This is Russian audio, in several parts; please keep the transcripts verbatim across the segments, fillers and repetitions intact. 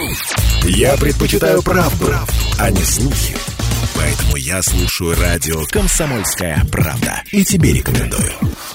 Я предпочитаю правду, правду, а не слухи. Поэтому я слушаю радио «Комсомольская правда». И тебе рекомендую.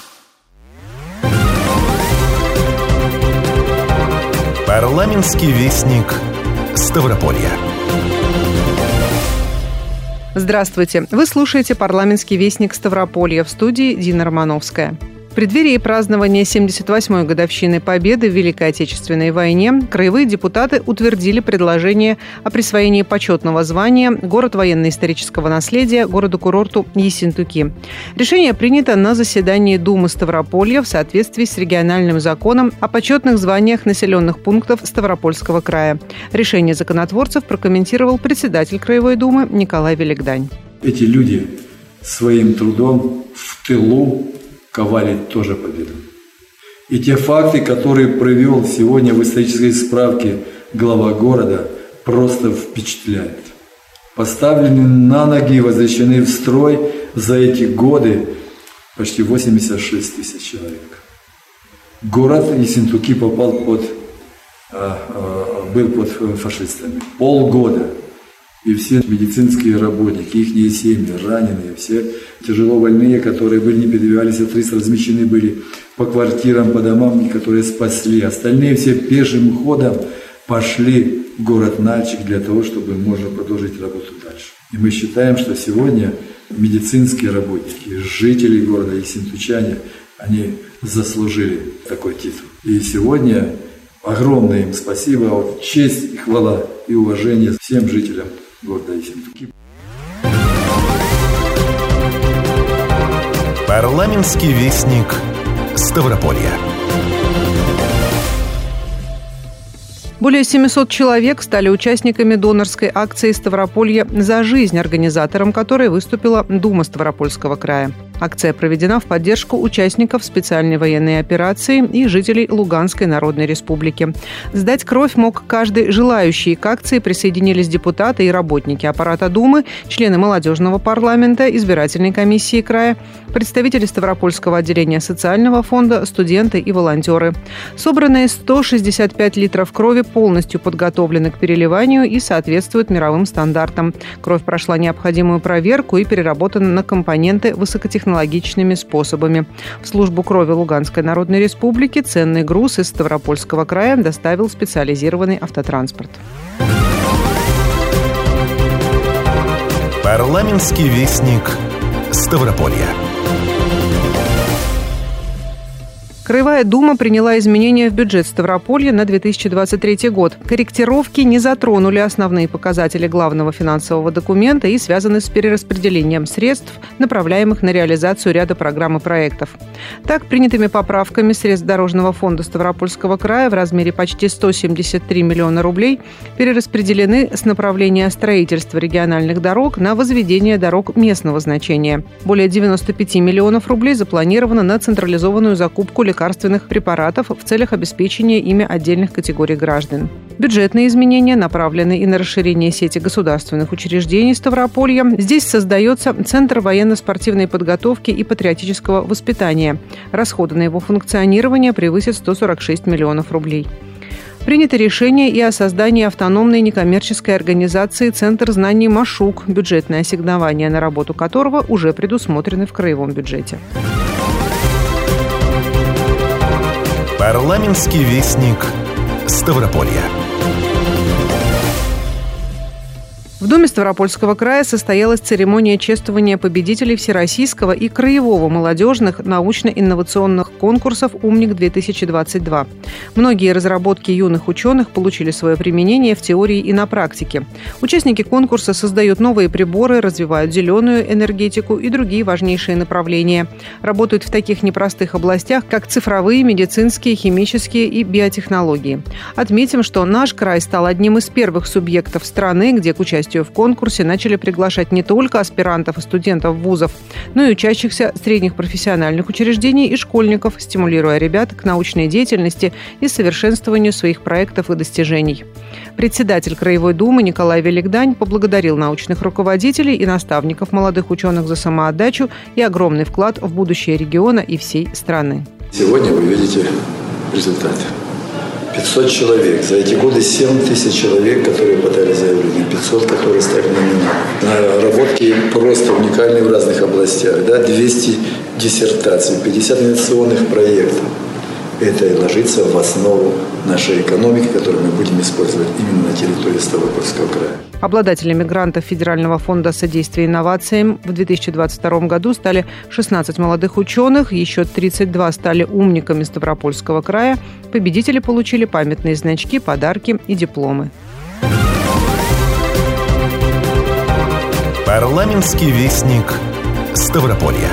Парламентский вестник Ставрополья. Здравствуйте. Вы слушаете «Парламентский вестник Ставрополья», в студии Дина Романовская. В преддверии празднования семьдесят восьмой годовщины Победы в Великой Отечественной войне краевые депутаты утвердили предложение о присвоении почетного звания «Город военно-исторического наследия» городу-курорту Ессентуки. Решение принято на заседании Думы Ставрополья в соответствии с региональным законом о почетных званиях населенных пунктов Ставропольского края. Решение законотворцев прокомментировал председатель Краевой Думы Николай Великдань. Эти люди своим трудом в тылу ковали тоже победу. И те факты, которые привел сегодня в исторической справке глава города, просто впечатляют. Поставлены на ноги и возвращены в строй за эти годы почти восемьдесят шесть тысяч человек. Город Ессентуки попал под, был под фашистами. Полгода. И все медицинские работники, их семьи, раненые, все тяжело больные, которые были, не передвигались, отрыв, размещены были по квартирам, по домам, которые спасли. Остальные все пешим ходом пошли в город Нальчик для того, чтобы можно продолжить работу дальше. И мы считаем, что сегодня медицинские работники, жители города ессентучане, они заслужили такой титул. И сегодня огромное им спасибо, вот честь, хвала и уважение всем жителям города Ессентуки. Парламентский вестник Ставрополья. Более семисот человек стали участниками донорской акции «Ставрополье за жизнь», организатором которой выступила Дума Ставропольского края. Акция проведена в поддержку участников специальной военной операции и жителей Луганской Народной Республики. Сдать кровь мог каждый желающий. К акции присоединились депутаты и работники аппарата Думы, члены молодежного парламента, избирательной комиссии края, представители Ставропольского отделения социального фонда, студенты и волонтеры. Собранные сто шестьдесят пять литров крови полностью подготовлены к переливанию и соответствуют мировым стандартам. Кровь прошла необходимую проверку и переработана на компоненты высокотехнологичными способами. В службу крови Луганской Народной Республики ценный груз из Ставропольского края доставил специализированный автотранспорт. Парламентский вестник Ставрополья. Краевая дума приняла изменения в бюджет Ставрополья на две тысячи двадцать третий год. Корректировки не затронули основные показатели главного финансового документа и связаны с перераспределением средств, направляемых на реализацию ряда программ и проектов. Так, принятыми поправками средств Дорожного фонда Ставропольского края в размере почти сто семьдесят три миллиона рублей перераспределены с направления строительства региональных дорог на возведение дорог местного значения. Более девяносто пять миллионов рублей запланировано на централизованную закупку лекарственных лекарственных препаратов в целях обеспечения ими отдельных категорий граждан. Бюджетные изменения направлены и на расширение сети государственных учреждений Ставрополья. Здесь создается Центр военно-спортивной подготовки и патриотического воспитания. Расходы на его функционирование превысят сто сорок шесть миллионов рублей. Принято решение и о создании автономной некоммерческой организации «Центр знаний Машук», бюджетное ассигнование на работу которого уже предусмотрены в краевом бюджете. Парламентский вестник Ставрополья. В Думе Ставропольского края состоялась церемония чествования победителей всероссийского и краевого молодежных научно-инновационных конкурсов «Умник-две тысячи двадцать два». Многие разработки юных ученых получили свое применение в теории и на практике. Участники конкурса создают новые приборы, развивают зеленую энергетику и другие важнейшие направления. Работают в таких непростых областях, как цифровые, медицинские, химические и биотехнологии. Отметим, что наш край стал одним из первых субъектов страны, где к участию в конкурсе начали приглашать не только аспирантов и студентов вузов, но и учащихся средних профессиональных учреждений и школьников, стимулируя ребят к научной деятельности и совершенствованию своих проектов и достижений. Председатель Краевой Думы Николай Великдань поблагодарил научных руководителей и наставников молодых ученых за самоотдачу и огромный вклад в будущее региона и всей страны. Сегодня вы видите результаты. пятьсот человек. За эти годы семь тысяч человек, которые подали заявление, пятьсот, которые стали номинантами. Наработки просто уникальные в разных областях. Да? двести диссертаций, пятьдесят инновационных проектов. Это и ложится в основу нашей экономики, которую мы будем использовать именно на территории Ставропольского края. Обладателями грантов Федерального фонда содействия инновациям в две тысячи двадцать втором году стали шестнадцать молодых ученых, еще тридцать два стали умниками Ставропольского края. Победители получили памятные значки, подарки и дипломы. Парламентский вестник Ставрополья.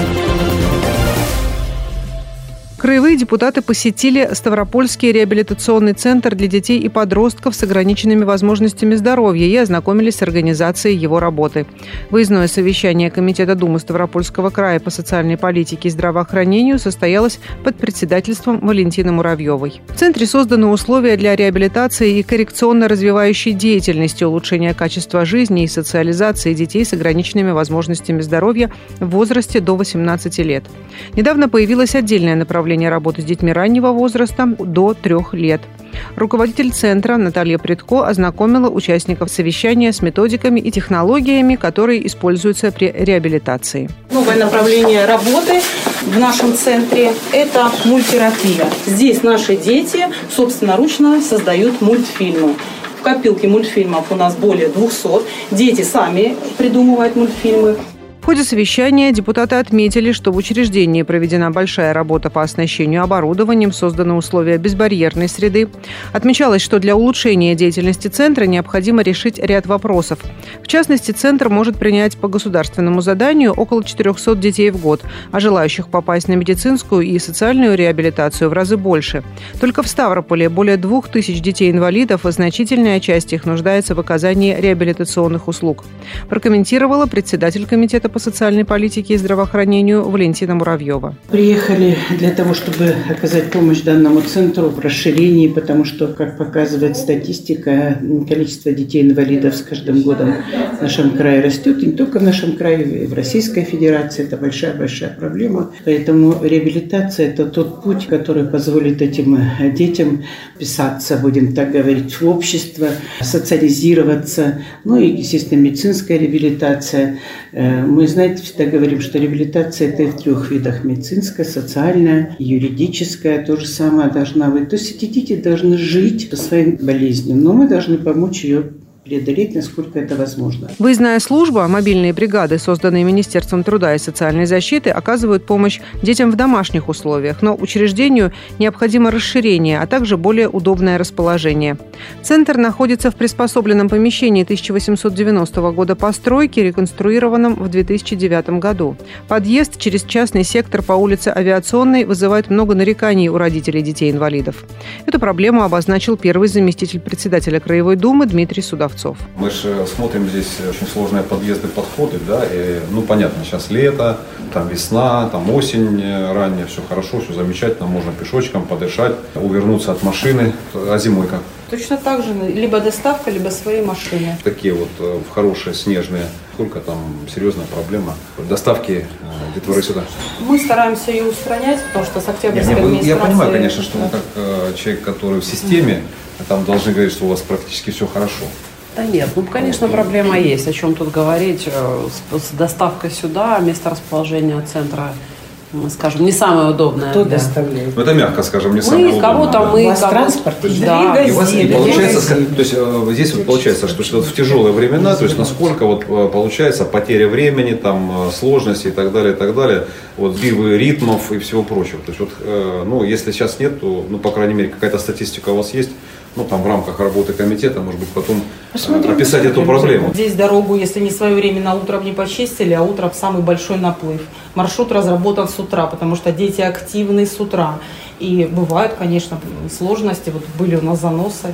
Краевые депутаты посетили Ставропольский реабилитационный центр для детей и подростков с ограниченными возможностями здоровья и ознакомились с организацией его работы. Выездное совещание Комитета Думы Ставропольского края по социальной политике и здравоохранению состоялось под председательством Валентины Муравьевой. В центре созданы условия для реабилитации и коррекционно-развивающей деятельности, улучшения качества жизни и социализации детей с ограниченными возможностями здоровья в возрасте до восемнадцати лет. Недавно появилось отдельное направление работы с детьми раннего возраста до трех лет. Руководитель центра Наталья Прядко ознакомила участников совещания с методиками и технологиями, которые используются при реабилитации. Новое направление работы в нашем центре – это мульттерапия. Здесь наши дети собственноручно создают мультфильмы. В копилке мультфильмов у нас более двухсот. Дети сами придумывают мультфильмы. В ходе совещания депутаты отметили, что в учреждении проведена большая работа по оснащению оборудованием, созданы условия безбарьерной среды. Отмечалось, что для улучшения деятельности центра необходимо решить ряд вопросов. В частности, центр может принять по государственному заданию около четырехсот детей в год, а желающих попасть на медицинскую и социальную реабилитацию в разы больше. Только в Ставрополе более двух тысяч детей-инвалидов, и значительная часть их нуждается в оказании реабилитационных услуг. Прокомментировала председатель комитета по социальной политике и здравоохранению Валентина Муравьева. Приехали для того, чтобы оказать помощь данному центру в расширении, потому что, как показывает статистика, количество детей-инвалидов с каждым годом в нашем крае растет. И не только в нашем крае, и в Российской Федерации. Это большая-большая проблема. Поэтому реабилитация – это тот путь, который позволит этим детям вписаться, будем так говорить, в общество, социализироваться. Ну и, естественно, медицинская реабилитация. Мы, знаете, всегда говорим, что реабилитация – это в трех видах: медицинская, социальная, юридическая. То же самое должна быть. То есть эти дети должны жить со своей болезнью, но мы должны помочь ее преодолеть, насколько это возможно. Выездная служба, мобильные бригады, созданные Министерством труда и социальной защиты, оказывают помощь детям в домашних условиях, но учреждению необходимо расширение, а также более удобное расположение. Центр находится в приспособленном помещении тысяча восемьсот девяностого года постройки, реконструированном в две тысячи девятом году. Подъезд через частный сектор по улице Авиационной вызывает много нареканий у родителей детей-инвалидов. Эту проблему обозначил первый заместитель председателя Краевой Думы Дмитрий Судовцов. Мы же смотрим здесь очень сложные подъезды, подходы, да, и, ну, понятно, сейчас лето, там весна, там осень ранняя, все хорошо, все замечательно, можно пешочком подышать, увернуться от машины, а зимой как? Точно так же, либо доставка, либо свои машины. Такие вот хорошие снежные, сколько там серьезная проблема доставки детворы сюда? Мы стараемся ее устранять, потому что с октябрьской я, администрацией... Я понимаю, конечно, что вы как э, человек, который в системе, там должны говорить, что у вас практически все хорошо. Да нет, ну, конечно, проблема есть. О чем тут говорить? С, с доставкой сюда, место расположения центра, скажем, не самое удобное. Кто для... доставляет? Ну, это мягко, скажем, не мы самое удобное. Кого-то да. мы, у вас кого-то... транспорт? Да. И у вас и получается, то есть здесь вот получается, что, что вот в тяжелые времена, то есть насколько вот получается потеря времени, там сложности и так далее, и так далее, вот сбивы ритмов и всего прочего. То есть вот, ну, если сейчас нет, то, ну, по крайней мере, какая-то статистика у вас есть, ну, там, в рамках работы комитета, может быть, потом Посмотрим, описать эту проблему. Здесь дорогу, если не своевременно утром не почистили, а утром самый большой наплыв. Маршрут разработан с утра, потому что дети активны с утра. И бывают, конечно, сложности. Вот были у нас заносы.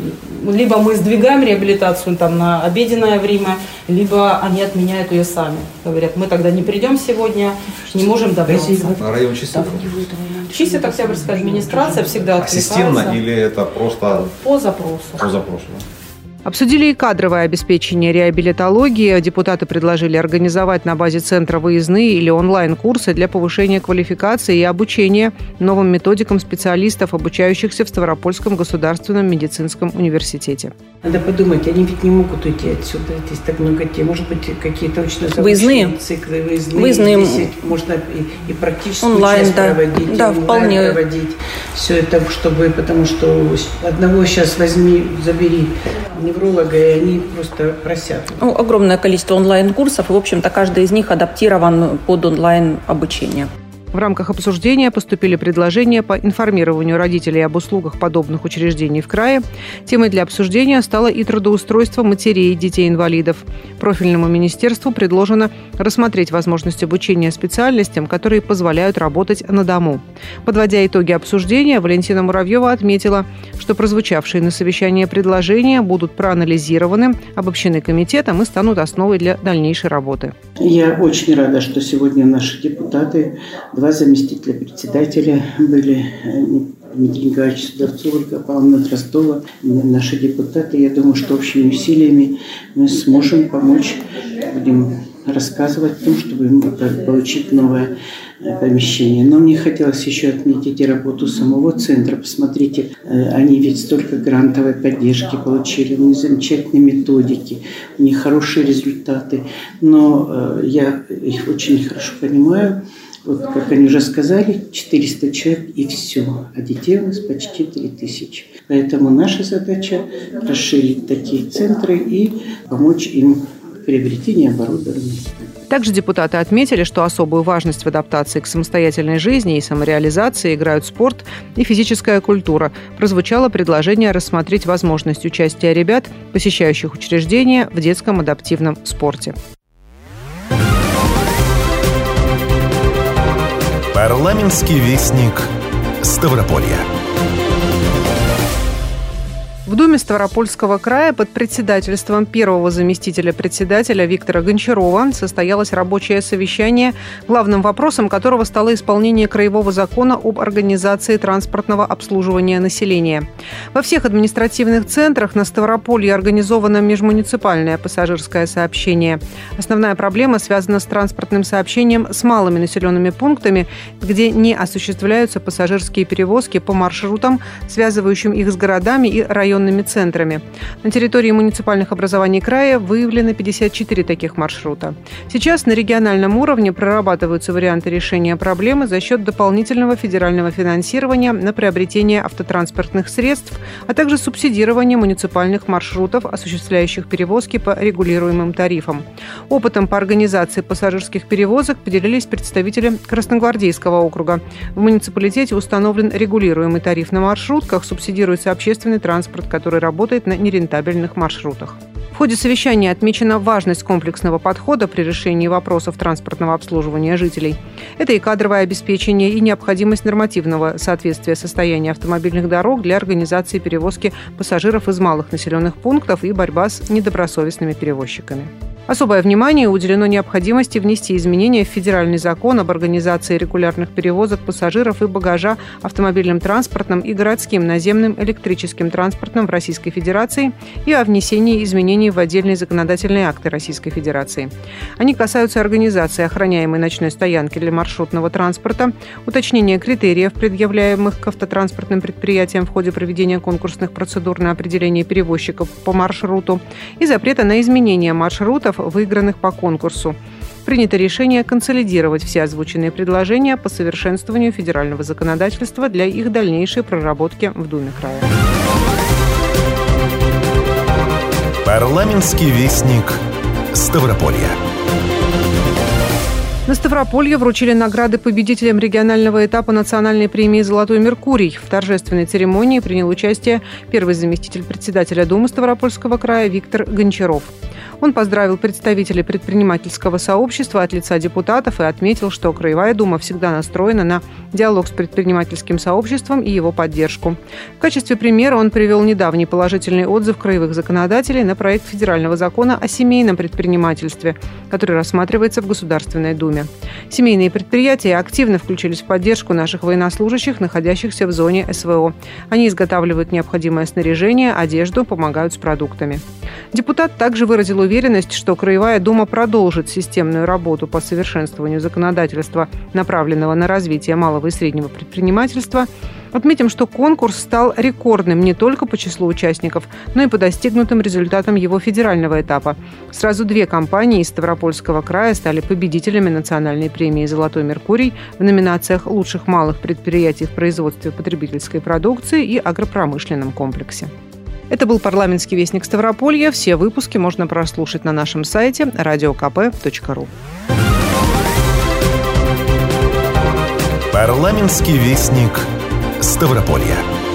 Либо мы сдвигаем реабилитацию там на обеденное время, либо они отменяют ее сами. Говорят, мы тогда не придем сегодня, не можем добраться. На район чистят? Чистит Октябрьская администрация, всегда откликается. А системно или это просто... По запросу. По запросу, да. Обсудили и кадровое обеспечение реабилитологии. Депутаты предложили организовать на базе центра выездные или онлайн-курсы для повышения квалификации и обучения новым методикам специалистов, обучающихся в Ставропольском государственном медицинском университете. Надо подумать, они ведь не могут уйти отсюда. Здесь так много тем. Может быть, какие-то очно-заочные выездные. циклы, выездные. Выездные. Здесь можно и, и практическую онлайн, часть да. проводить, да, и онлайн вполне. проводить. Все это, чтобы, потому что одного сейчас возьми, забери невролога, и они просто просят. Ну, огромное количество онлайн-курсов, и, в общем-то, каждый из них адаптирован под онлайн-обучение. В рамках обсуждения поступили предложения по информированию родителей об услугах подобных учреждений в крае. Темой для обсуждения стало и трудоустройство матерей детей-инвалидов. Профильному министерству предложено рассмотреть возможность обучения специальностям, которые позволяют работать на дому. Подводя итоги обсуждения, Валентина Муравьева отметила, что прозвучавшие на совещании предложения будут проанализированы, обобщены комитетом и станут основой для дальнейшей работы. Я очень рада, что сегодня наши депутаты, два заместителя председателя были, Дмитрий Николаевич Судовцов, Ольга Павловна Дроздова, наши депутаты. Я думаю, что общими усилиями мы сможем помочь, будем рассказывать о том, чтобы им получить новое помещение. Но мне хотелось еще отметить и работу самого центра. Посмотрите, они ведь столько грантовой поддержки получили, у них замечательные методики, у них хорошие результаты. Но я их очень хорошо понимаю. Вот, как они уже сказали, четыреста человек и все, а детей у нас почти три тысячи. Поэтому наша задача – расширить такие центры и помочь им в приобретении оборудования. Также депутаты отметили, что особую важность в адаптации к самостоятельной жизни и самореализации играют спорт и физическая культура. Прозвучало предложение рассмотреть возможность участия ребят, посещающих учреждения, в детском адаптивном спорте. Парламентский вестник Ставрополья. В Думе Ставропольского края под председательством первого заместителя председателя Виктора Гончарова состоялось рабочее совещание, главным вопросом которого стало исполнение Краевого закона об организации транспортного обслуживания населения. Во всех административных центрах на Ставрополье организовано межмуниципальное пассажирское сообщение. Основная проблема связана с транспортным сообщением с малыми населенными пунктами, где не осуществляются пассажирские перевозки по маршрутам, связывающим их с городами и районами центрами. На территории муниципальных образований края выявлено пятьдесят четыре таких маршрута. Сейчас на региональном уровне прорабатываются варианты решения проблемы за счет дополнительного федерального финансирования на приобретение автотранспортных средств, а также субсидирование муниципальных маршрутов, осуществляющих перевозки по регулируемым тарифам. Опытом по организации пассажирских перевозок поделились представители Красногвардейского округа. В муниципалитете установлен регулируемый тариф на маршрутках, субсидируется общественный транспорт, который работает на нерентабельных маршрутах. В ходе совещания отмечена важность комплексного подхода при решении вопросов транспортного обслуживания жителей. Это и кадровое обеспечение, и необходимость нормативного соответствия состояния автомобильных дорог для организации перевозки пассажиров из малых населенных пунктов и борьба с недобросовестными перевозчиками. Особое внимание уделено необходимости внести изменения в федеральный закон об организации регулярных перевозок пассажиров и багажа автомобильным транспортом и городским наземным электрическим транспортом в Российской Федерации и о внесении изменений в отдельные законодательные акты Российской Федерации. Они касаются организации охраняемой ночной стоянки для маршрутного транспорта, уточнения критериев, предъявляемых к автотранспортным предприятиям в ходе проведения конкурсных процедур на определение перевозчиков по маршруту и запрета на изменение маршрутов, выигранных по конкурсу. Принято решение консолидировать все озвученные предложения по совершенствованию федерального законодательства для их дальнейшей проработки в Думе края. Парламентский вестник Ставрополья. На Ставрополье вручили награды победителям регионального этапа национальной премии «Золотой Меркурий». В торжественной церемонии принял участие первый заместитель председателя Думы Ставропольского края Виктор Гончаров. Он поздравил представителей предпринимательского сообщества от лица депутатов и отметил, что Краевая дума всегда настроена на диалог с предпринимательским сообществом и его поддержку. В качестве примера он привел недавний положительный отзыв краевых законодателей на проект федерального закона о семейном предпринимательстве, который рассматривается в Государственной Думе. Семейные предприятия активно включились в поддержку наших военнослужащих, находящихся в зоне эс вэ о. Они изготавливают необходимое снаряжение, одежду, помогают с продуктами. Депутат также выразил уверенность, что Краевая дума продолжит системную работу по совершенствованию законодательства, направленного на развитие малого и среднего предпринимательства. Отметим, что конкурс стал рекордным не только по числу участников, но и по достигнутым результатам его федерального этапа. Сразу две компании из Ставропольского края стали победителями национальной премии «Золотой Меркурий» в номинациях «Лучших малых предприятий в производстве потребительской продукции» и агропромышленном комплексе. Это был парламентский вестник Ставрополья. Все выпуски можно прослушать на нашем сайте радио ка пэ точка ру. Парламентский вестник Ставрополья.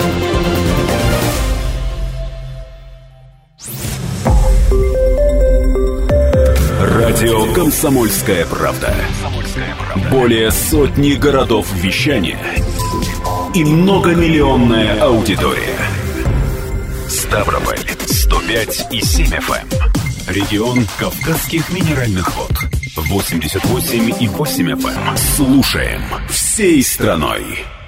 Радио «Комсомольская правда». Более сотни городов вещания и многомиллионная аудитория. Ставрополь сто пять и семь эф эм. Регион Кавказских минеральных вод восемьдесят восемь и восемь эф эм. Слушаем всей страной.